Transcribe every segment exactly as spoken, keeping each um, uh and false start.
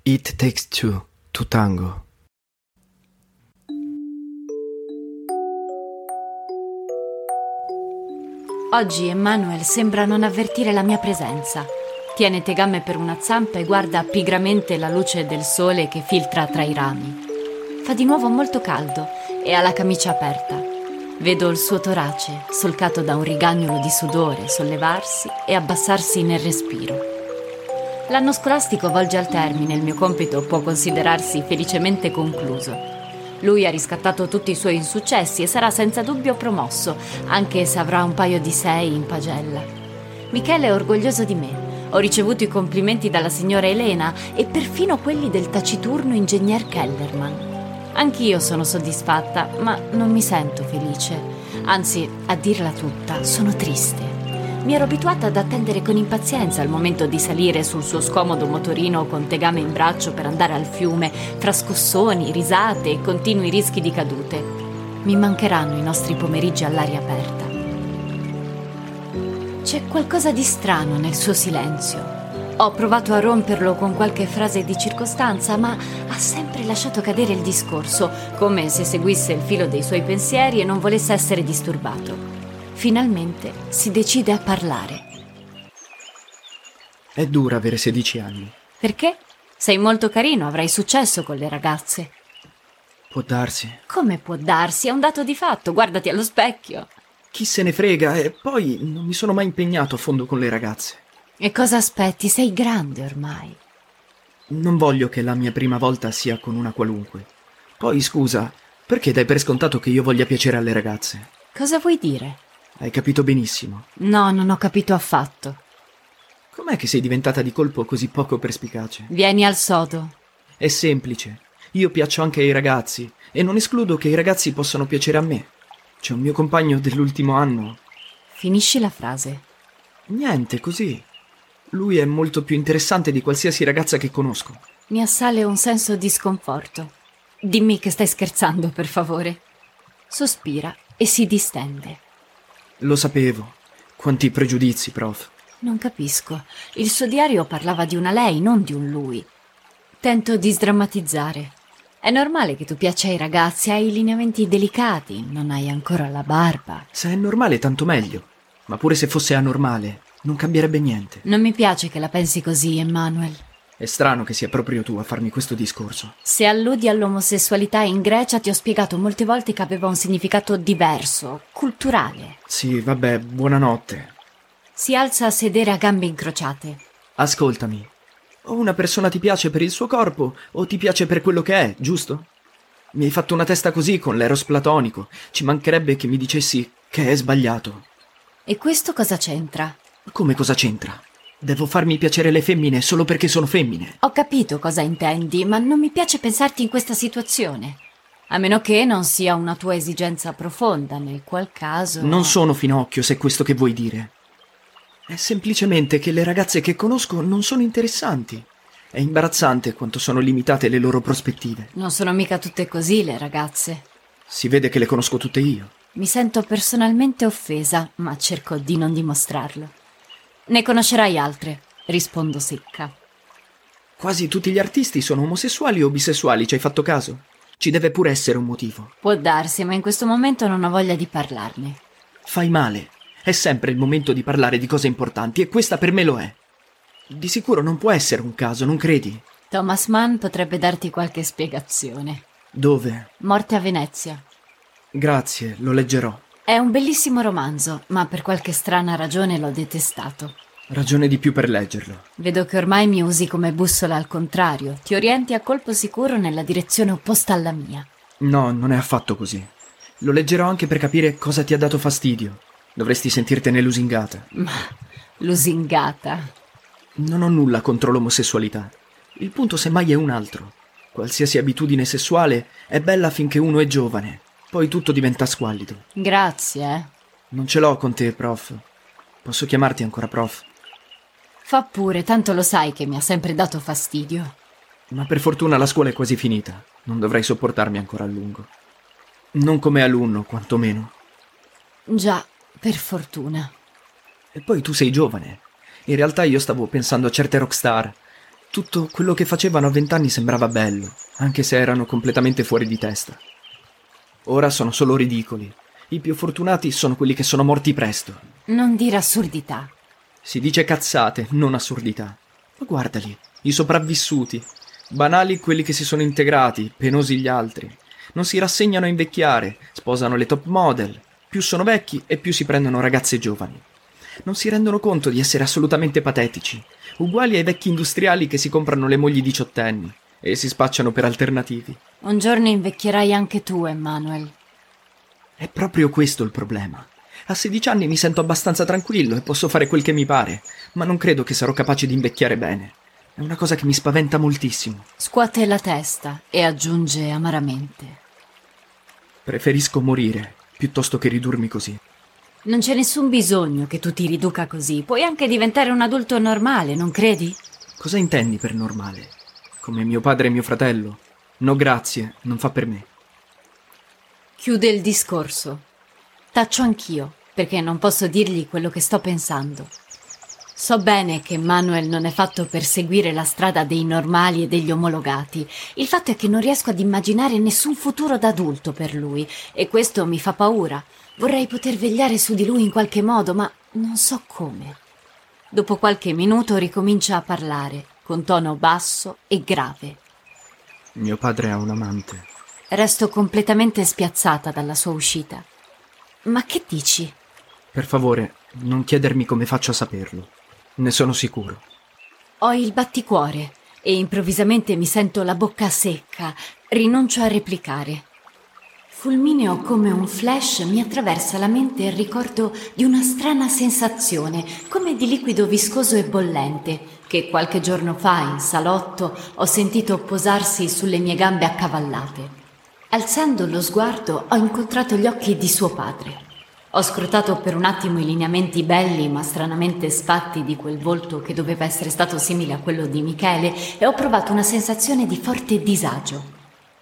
It Takes Two to Tango. Oggi Emmanuel sembra non avvertire la mia presenza. Tiene tegame per una zampa e guarda pigramente la luce del sole che filtra tra i rami. Fa di nuovo molto caldo e ha la camicia aperta. Vedo il suo torace, solcato da un rigagnolo di sudore, sollevarsi e abbassarsi nel respiro. L'anno scolastico volge al termine, il mio compito può considerarsi felicemente concluso. Lui ha riscattato tutti i suoi insuccessi e sarà senza dubbio promosso, anche se avrà un paio di sei in pagella. Michele è orgoglioso di me. Ho ricevuto i complimenti dalla signora Elena e perfino quelli del taciturno ingegner Kellerman. Anch'io sono soddisfatta, ma non mi sento felice. Anzi, a dirla tutta, sono triste. Mi ero abituata ad attendere con impazienza il momento di salire sul suo scomodo motorino con tegame in braccio per andare al fiume, fra scossoni, risate e continui rischi di cadute. Mi mancheranno i nostri pomeriggi all'aria aperta. C'è qualcosa di strano nel suo silenzio. Ho provato a romperlo con qualche frase di circostanza, ma ha sempre lasciato cadere il discorso, come se seguisse il filo dei suoi pensieri e non volesse essere disturbato. Finalmente si decide a parlare. È dura avere sedici anni. Perché? Sei molto carino, avrai successo con le ragazze. Può darsi. Come può darsi? È un dato di fatto, guardati allo specchio. Chi se ne frega, e poi non mi sono mai impegnato a fondo con le ragazze. E cosa aspetti? Sei grande ormai. Non voglio che la mia prima volta sia con una qualunque. Poi, scusa, perché dai per scontato che io voglia piacere alle ragazze? Cosa vuoi dire? Hai capito benissimo. No, non ho capito affatto. Com'è che sei diventata di colpo così poco perspicace? Vieni al sodo. È semplice. Io piaccio anche ai ragazzi e non escludo che i ragazzi possano piacere a me. C'è un mio compagno dell'ultimo anno. Finisci la frase. Niente, così. Lui è molto più interessante di qualsiasi ragazza che conosco. Mi assale un senso di sconforto. Dimmi che stai scherzando, per favore. Sospira e si distende. Lo sapevo. Quanti pregiudizi, prof. Non capisco. Il suo diario parlava di una lei, non di un lui. Tento di sdrammatizzare. È normale che tu piaccia ai ragazzi, hai lineamenti delicati, non hai ancora la barba. Se è normale, tanto meglio. Ma pure se fosse anormale, non cambierebbe niente. Non mi piace che la pensi così, Emmanuel. È strano che sia proprio tu a farmi questo discorso. Se alludi all'omosessualità in Grecia, ti ho spiegato molte volte che aveva un significato diverso, culturale. Sì, vabbè, buonanotte. Si alza a sedere a gambe incrociate. Ascoltami. O una persona ti piace per il suo corpo, o ti piace per quello che è, giusto? Mi hai fatto una testa così con l'eros platonico. Ci mancherebbe che mi dicessi che è sbagliato. E questo cosa c'entra? Come cosa c'entra? Devo farmi piacere le femmine solo perché sono femmine. Ho capito cosa intendi, ma non mi piace pensarti in questa situazione. A meno che non sia una tua esigenza profonda, nel qual caso... Non sono finocchio, se è questo che vuoi dire. È semplicemente che le ragazze che conosco non sono interessanti. È imbarazzante quanto sono limitate le loro prospettive. Non sono mica tutte così, le ragazze. Si vede che le conosco tutte io. Mi sento personalmente offesa, ma cerco di non dimostrarlo. Ne conoscerai altre, rispondo secca. Quasi tutti gli artisti sono omosessuali o bisessuali, ci hai fatto caso? Ci deve pure essere un motivo. Può darsi, ma in questo momento non ho voglia di parlarne. Fai male. È sempre il momento di parlare di cose importanti e questa per me lo è. Di sicuro non può essere un caso, non credi? Thomas Mann potrebbe darti qualche spiegazione. Dove? Morte a Venezia. Grazie, lo leggerò. È un bellissimo romanzo, ma per qualche strana ragione l'ho detestato. Ragione di più per leggerlo. Vedo che ormai mi usi come bussola al contrario. Ti orienti a colpo sicuro nella direzione opposta alla mia. No, non è affatto così. Lo leggerò anche per capire cosa ti ha dato fastidio. Dovresti sentirtene lusingata. Ma lusingata? Non ho nulla contro l'omosessualità. Il punto semmai è un altro. Qualsiasi abitudine sessuale è bella finché uno è giovane. Poi tutto diventa squallido. Grazie, eh. Non ce l'ho con te, prof. Posso chiamarti ancora prof? Fa pure, tanto lo sai che mi ha sempre dato fastidio. Ma per fortuna la scuola è quasi finita. Non dovrei sopportarmi ancora a lungo. Non come alunno, quantomeno. Già, per fortuna. E poi tu sei giovane. In realtà io stavo pensando a certe rockstar. Tutto quello che facevano a vent'anni sembrava bello, anche se erano completamente fuori di testa. Ora sono solo ridicoli. I più fortunati sono quelli che sono morti presto. Non dire assurdità. Si dice cazzate, non assurdità. Ma guardali, i sopravvissuti. Banali quelli che si sono integrati, penosi gli altri. Non si rassegnano a invecchiare, sposano le top model. Più sono vecchi e più si prendono ragazze giovani. Non si rendono conto di essere assolutamente patetici, uguali ai vecchi industriali che si comprano le mogli diciottenni e si spacciano per alternativi. Un giorno invecchierai anche tu, Emmanuel. È proprio questo il problema. A sedici anni mi sento abbastanza tranquillo e posso fare quel che mi pare, ma non credo che sarò capace di invecchiare bene. È una cosa che mi spaventa moltissimo. Scuote la testa e aggiunge amaramente. Preferisco morire piuttosto che ridurmi così. Non c'è nessun bisogno che tu ti riduca così. Puoi anche diventare un adulto normale, non credi? Cosa intendi per normale? Come mio padre e mio fratello? No grazie, non fa per me. Chiude il discorso. Taccio anch'io, perché non posso dirgli quello che sto pensando. So bene che Manuel non è fatto per seguire la strada dei normali e degli omologati. Il fatto è che non riesco ad immaginare nessun futuro da adulto per lui, e questo mi fa paura. Vorrei poter vegliare su di lui in qualche modo, ma non so come. Dopo qualche minuto ricomincia a parlare, con tono basso e grave. Mio padre ha un amante. Resto completamente spiazzata dalla sua uscita. Ma che dici? Per favore, non chiedermi come faccio a saperlo. Ne sono sicuro. Ho il batticuore e improvvisamente mi sento la bocca secca. Rinuncio a replicare. Fulmineo come un flash mi attraversa la mente il ricordo di una strana sensazione, come di liquido viscoso e bollente, che qualche giorno fa in salotto ho sentito posarsi sulle mie gambe accavallate. Alzando lo sguardo ho incontrato gli occhi di suo padre. Ho scrutato per un attimo i lineamenti belli ma stranamente sfatti di quel volto che doveva essere stato simile a quello di Michele e ho provato una sensazione di forte disagio.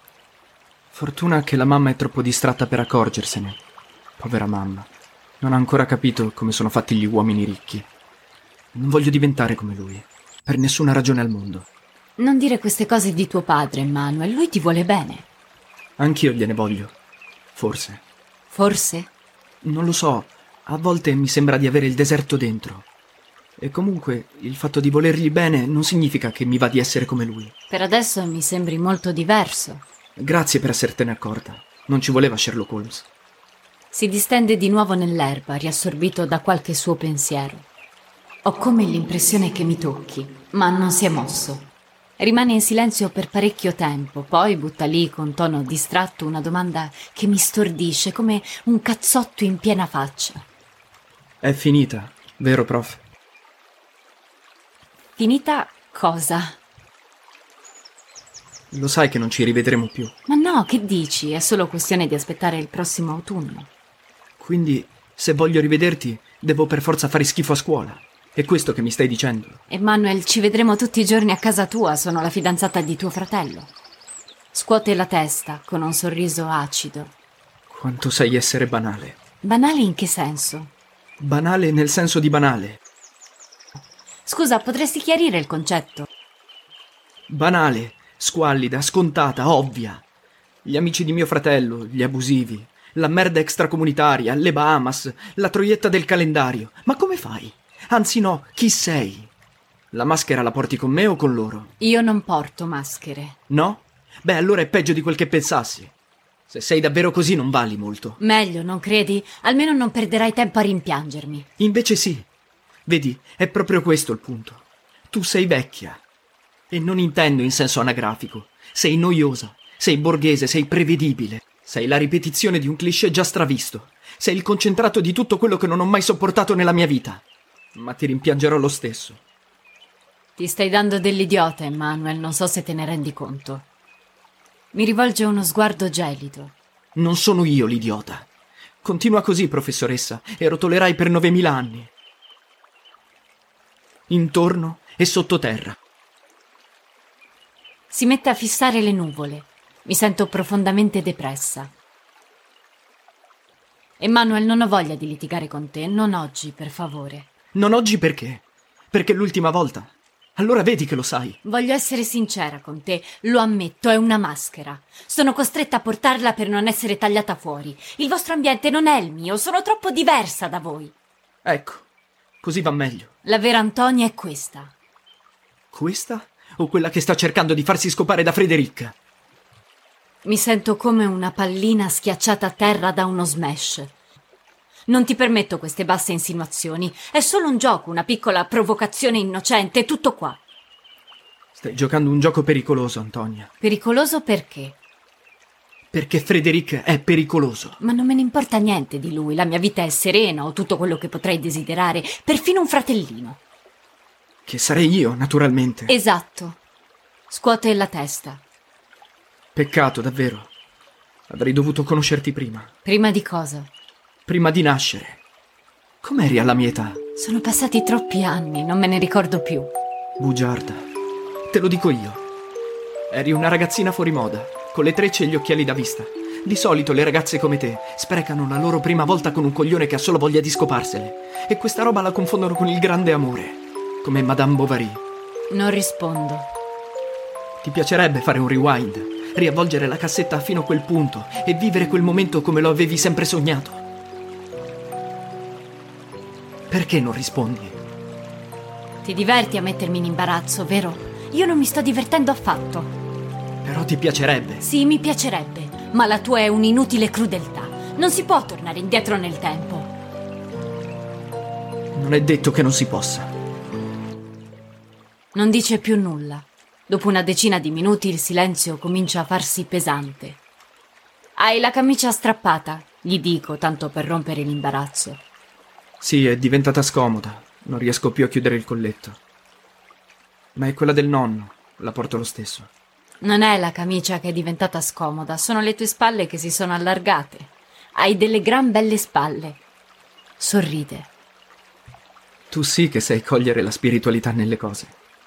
Fortuna che la mamma è troppo distratta per accorgersene. Povera mamma. Non ha ancora capito come sono fatti gli uomini ricchi. Non voglio diventare come lui, per nessuna ragione al mondo. Non dire queste cose di tuo padre, Emmanuel. Lui ti vuole bene. Anch'io gliene voglio. Forse. Forse? Non lo so. A volte mi sembra di avere il deserto dentro. E comunque, il fatto di volergli bene non significa che mi va di essere come lui. Per adesso mi sembri molto diverso. Grazie per essertene accorta. Non ci voleva Sherlock Holmes. Si distende di nuovo nell'erba, riassorbito da qualche suo pensiero. Ho come l'impressione che mi tocchi, ma non si è mosso. Rimane in silenzio per parecchio tempo, poi butta lì con tono distratto una domanda che mi stordisce, come un cazzotto in piena faccia. È finita, vero, prof? Finita cosa? Lo sai che non ci rivedremo più. Ma no, che dici? È solo questione di aspettare il prossimo autunno. Quindi, se voglio rivederti, devo per forza fare schifo a scuola. È questo che mi stai dicendo? Emmanuel, ci vedremo tutti i giorni a casa tua, sono la fidanzata di tuo fratello. Scuote la testa con un sorriso acido. Quanto sai essere banale. Banale in che senso? Banale nel senso di banale. Scusa, potresti chiarire il concetto? Banale, squallida, scontata, ovvia. Gli amici di mio fratello, gli abusivi, la merda extracomunitaria, le Bahamas, la troietta del calendario. Ma come fai? Anzi no, chi sei? La maschera la porti con me o con loro? Io non porto maschere. No? Beh, allora è peggio di quel che pensassi. Se sei davvero così non vali molto. Meglio, non credi? Almeno non perderai tempo a rimpiangermi. Invece sì. Vedi, è proprio questo il punto. Tu sei vecchia. E non intendo in senso anagrafico. Sei noiosa, sei borghese, sei prevedibile. Sei la ripetizione di un cliché già stravisto. Sei il concentrato di tutto quello che non ho mai sopportato nella mia vita. Ma ti rimpiangerò lo stesso. Ti stai dando dell'idiota, Emmanuel, non so se te ne rendi conto. Mi rivolge uno sguardo gelido. Non sono io l'idiota. Continua così, professoressa, e rotolerai per novemila anni. Intorno e sottoterra. Si mette a fissare le nuvole. Mi sento profondamente depressa. Emmanuel, non ho voglia di litigare con te, non oggi, per favore. Non oggi perché? Perché l'ultima volta. Allora vedi che lo sai. Voglio essere sincera con te, lo ammetto, è una maschera. Sono costretta a portarla per non essere tagliata fuori. Il vostro ambiente non è il mio, sono troppo diversa da voi. Ecco, così va meglio. La vera Antonia è questa. Questa? O quella che sta cercando di farsi scopare da Frederic? Mi sento come una pallina schiacciata a terra da uno smash. Non ti permetto queste basse insinuazioni. È solo un gioco, una piccola provocazione innocente, tutto qua. Stai giocando un gioco pericoloso, Antonia. Pericoloso perché? Perché Frederic è pericoloso. Ma non me ne importa niente di lui. La mia vita è serena, ho tutto quello che potrei desiderare, perfino un fratellino. Che sarei io, naturalmente. Esatto. Scuote la testa. Peccato, davvero. Avrei dovuto conoscerti prima. Prima di cosa? Prima di nascere. Com'eri alla mia età? Sono passati troppi anni, non me ne ricordo più. Bugiarda. Te lo dico io. Eri una ragazzina fuori moda, con le trecce e gli occhiali da vista. Di solito le ragazze come te sprecano la loro prima volta con un coglione che ha solo voglia di scoparsele. E questa roba la confondono con il grande amore, come Madame Bovary. Non rispondo. Ti piacerebbe fare un rewind, riavvolgere la cassetta fino a quel punto e vivere quel momento come lo avevi sempre sognato? Perché non rispondi? Ti diverti a mettermi in imbarazzo, vero? Io non mi sto divertendo affatto. Però ti piacerebbe. Sì, mi piacerebbe, ma la tua è un'inutile crudeltà. Non si può tornare indietro nel tempo. Non è detto che non si possa. Non dice più nulla. Dopo una decina di minuti il silenzio comincia a farsi pesante. Hai la camicia strappata, gli dico, tanto per rompere l'imbarazzo. Sì, è diventata scomoda. Non riesco più a chiudere il colletto. Ma è quella del nonno. La porto lo stesso. Non è la camicia che è diventata scomoda, sono le tue spalle che si sono allargate. Hai delle gran belle spalle. Sorride. Tu sì che sai cogliere la spiritualità nelle cose.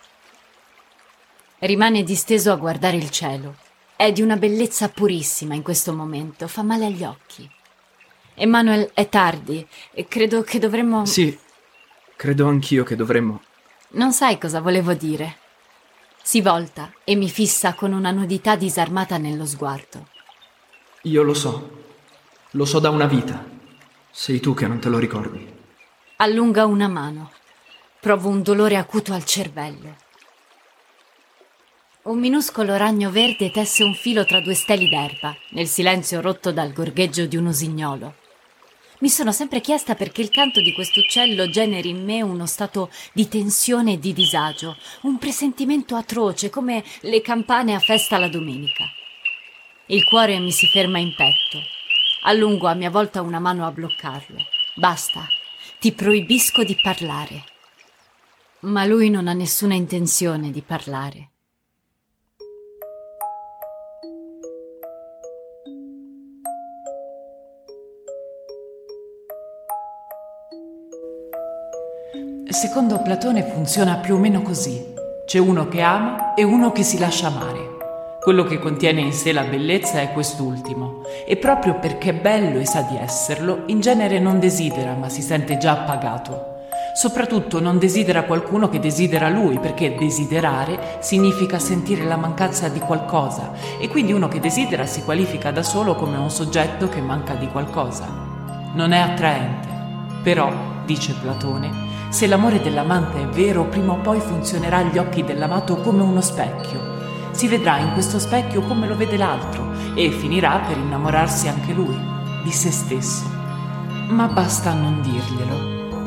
Rimane disteso a guardare il cielo. È di una bellezza purissima in questo momento, fa male agli occhi. Emanuel, è tardi e credo che dovremmo... Sì, credo anch'io che dovremmo... Non sai cosa volevo dire. Si volta e mi fissa con una nudità disarmata nello sguardo. Io lo so. Lo so da una vita. Sei tu che non te lo ricordi. Allunga una mano. Provo un dolore acuto al cervello. Un minuscolo ragno verde tesse un filo tra due steli d'erba, nel silenzio rotto dal gorgheggio di un usignolo. Mi sono sempre chiesta perché il canto di quest'uccello generi in me uno stato di tensione e di disagio, un presentimento atroce come le campane a festa la domenica. Il cuore mi si ferma in petto. Allungo a mia volta una mano a bloccarlo. Basta, ti proibisco di parlare. Ma lui non ha nessuna intenzione di parlare. Secondo Platone funziona più o meno così. C'è uno che ama e uno che si lascia amare. Quello che contiene in sé la bellezza è quest'ultimo, e proprio perché è bello e sa di esserlo, in genere non desidera, ma si sente già appagato. Soprattutto non desidera qualcuno che desidera lui, perché desiderare significa sentire la mancanza di qualcosa, e quindi uno che desidera si qualifica da solo come un soggetto che manca di qualcosa. Non è attraente. Però, dice Platone, se l'amore dell'amante è vero, prima o poi funzionerà agli occhi dell'amato come uno specchio. Si vedrà in questo specchio come lo vede l'altro e finirà per innamorarsi anche lui, di se stesso. Ma basta non dirglielo.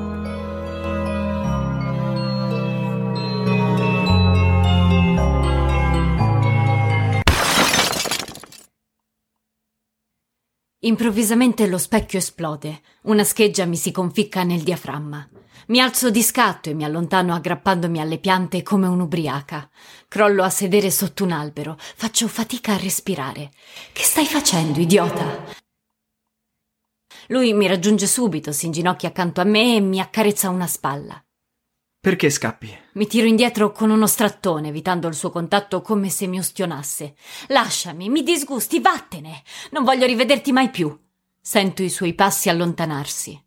Improvvisamente lo specchio esplode. Una scheggia mi si conficca nel diaframma. Mi alzo di scatto e mi allontano aggrappandomi alle piante come un'ubriaca. Crollo a sedere sotto un albero. Faccio fatica a respirare. Che stai facendo, idiota? Lui mi raggiunge subito, si inginocchia accanto a me e mi accarezza una spalla. Perché scappi? Mi tiro indietro con uno strattone, evitando il suo contatto come se mi ustionasse. Lasciami, mi disgusti, vattene! Non voglio rivederti mai più. Sento i suoi passi allontanarsi.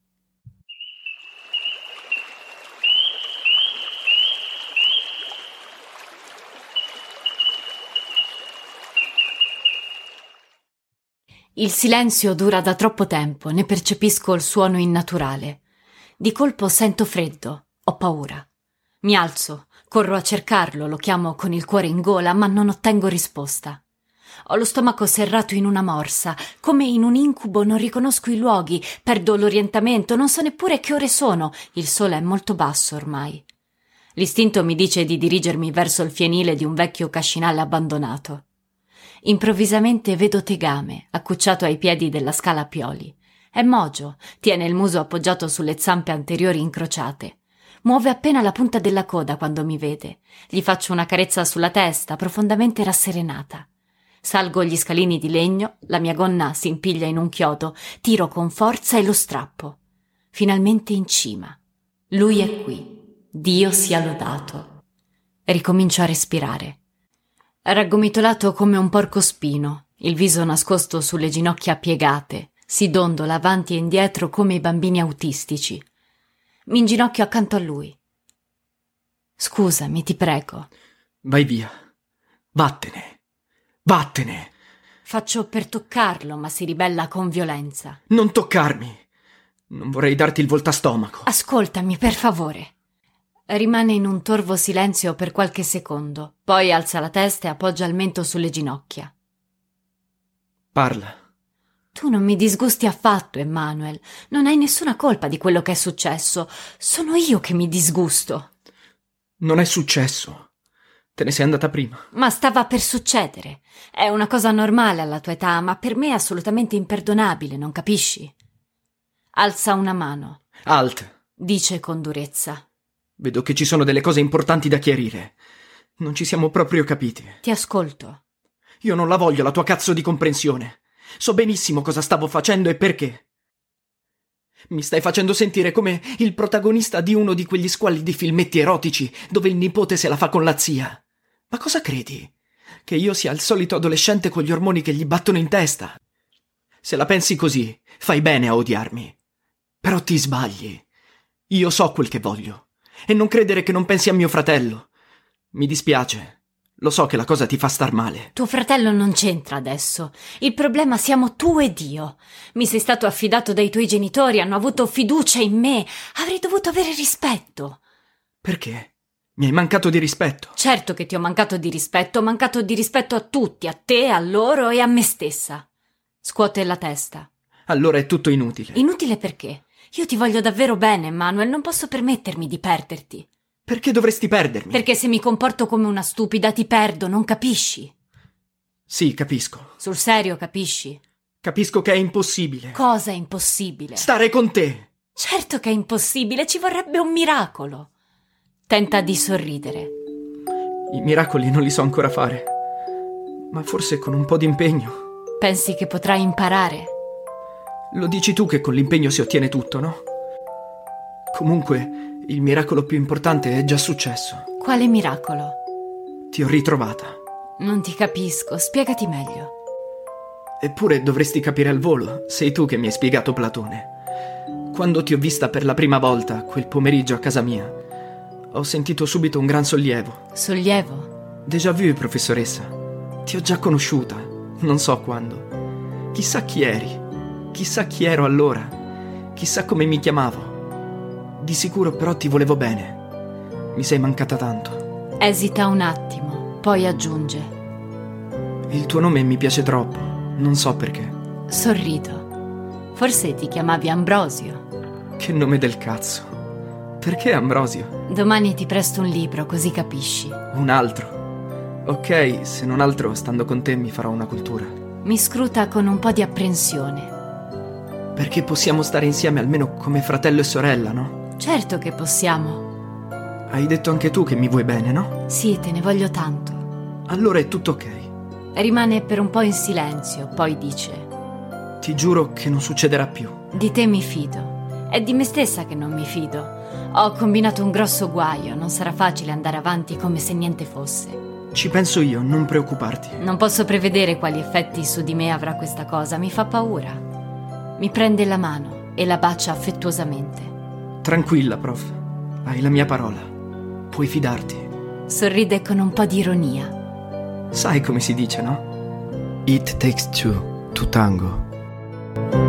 Il silenzio dura da troppo tempo, ne percepisco il suono innaturale. Di colpo sento freddo, ho paura. Mi alzo, corro a cercarlo, lo chiamo con il cuore in gola, ma non ottengo risposta. Ho lo stomaco serrato in una morsa, come in un incubo non riconosco i luoghi, perdo l'orientamento, non so neppure che ore sono, il sole è molto basso ormai. L'istinto mi dice di dirigermi verso il fienile di un vecchio cascinale abbandonato. Improvvisamente vedo Tegame, accucciato ai piedi della scala a pioli. È mogio, tiene il muso appoggiato sulle zampe anteriori incrociate. Muove appena la punta della coda quando mi vede. Gli faccio una carezza sulla testa, profondamente rasserenata. Salgo gli scalini di legno, la mia gonna si impiglia in un chiodo, tiro con forza e lo strappo. Finalmente in cima. Lui è qui. Dio sia lodato. Ricomincio a respirare. Raggomitolato come un porcospino, il viso nascosto sulle ginocchia piegate, si dondola avanti e indietro come i bambini autistici. Mi inginocchio accanto a lui. Scusami, ti prego. Vai via. Vattene. Vattene. Faccio per toccarlo, ma si ribella con violenza. Non toccarmi. Non vorrei darti il voltastomaco. Ascoltami, per favore. Rimane in un torvo silenzio per qualche secondo, poi alza la testa e appoggia il mento sulle ginocchia. Parla. Tu non mi disgusti affatto, Emmanuel. Non hai nessuna colpa di quello che è successo. Sono io che mi disgusto. Non è successo. Te ne sei andata prima. Ma stava per succedere. È una cosa normale alla tua età, ma per me è assolutamente imperdonabile, non capisci? Alza una mano. Alt. Dice con durezza. Vedo che ci sono delle cose importanti da chiarire. Non ci siamo proprio capiti. Ti ascolto. Io non la voglio la tua cazzo di comprensione. So benissimo cosa stavo facendo e perché. Mi stai facendo sentire come il protagonista di uno di quegli squallidi filmetti erotici dove il nipote se la fa con la zia. Ma cosa credi? Che io sia il solito adolescente con gli ormoni che gli battono in testa? Se la pensi così, fai bene a odiarmi. Però ti sbagli. Io so quel che voglio. E non credere che non pensi a mio fratello. Mi dispiace. Lo so che la cosa ti fa star male. Tuo fratello non c'entra adesso. Il problema siamo tu ed io. Mi sei stato affidato dai tuoi genitori, hanno avuto fiducia in me. Avrei dovuto avere rispetto. Perché? Mi hai mancato di rispetto. Certo che ti ho mancato di rispetto. Ho mancato di rispetto a tutti, a te, a loro e a me stessa. Scuote la testa. Allora è tutto inutile. Inutile perché? Io ti voglio davvero bene, Manuel, non posso permettermi di perderti. Perché dovresti perdermi? Perché se mi comporto come una stupida ti perdo, non capisci? Sì, capisco. Sul serio, capisci? Capisco che è impossibile. Cosa è impossibile? Stare con te. Certo che è impossibile, ci vorrebbe un miracolo. Tenta di sorridere. I miracoli non li so ancora fare. Ma forse con un po' di impegno. Pensi che potrai imparare? Lo dici tu che con l'impegno si ottiene tutto, no? Comunque, il miracolo più importante è già successo. Quale miracolo? Ti ho ritrovata. Non ti capisco, spiegati meglio. Eppure dovresti capire al volo, sei tu che mi hai spiegato Platone. Quando ti ho vista per la prima volta, quel pomeriggio a casa mia, ho sentito subito un gran sollievo. Sollievo? Déjà vu, professoressa. Ti ho già conosciuta, non so quando. Chissà chi eri. Chissà chi ero allora, chissà come mi chiamavo. Di sicuro però ti volevo bene. Mi sei mancata tanto. Esita un attimo, poi aggiunge. Il tuo nome mi piace troppo, non so perché. Sorrido. Forse ti chiamavi Ambrosio. Che nome del cazzo. Perché Ambrosio? Domani ti presto un libro, così capisci. Un altro. Ok, se non altro, stando con te mi farò una cultura. Mi scruta con un po' di apprensione. Perché possiamo stare insieme almeno come fratello e sorella, no? Certo che possiamo. Hai detto anche tu che mi vuoi bene, no? Sì, te ne voglio tanto. Allora è tutto ok. Rimane per un po' in silenzio, poi dice: Ti giuro che non succederà più. Di te mi fido. È di me stessa che non mi fido. Ho combinato un grosso guaio, non sarà facile andare avanti come se niente fosse. Ci penso io, non preoccuparti. Non posso prevedere quali effetti su di me avrà questa cosa, mi fa paura. Mi prende la mano e la bacia affettuosamente. Tranquilla, prof. Hai la mia parola. Puoi fidarti. Sorride con un po' di ironia. Sai come si dice, no? It takes two to tango. Thank you.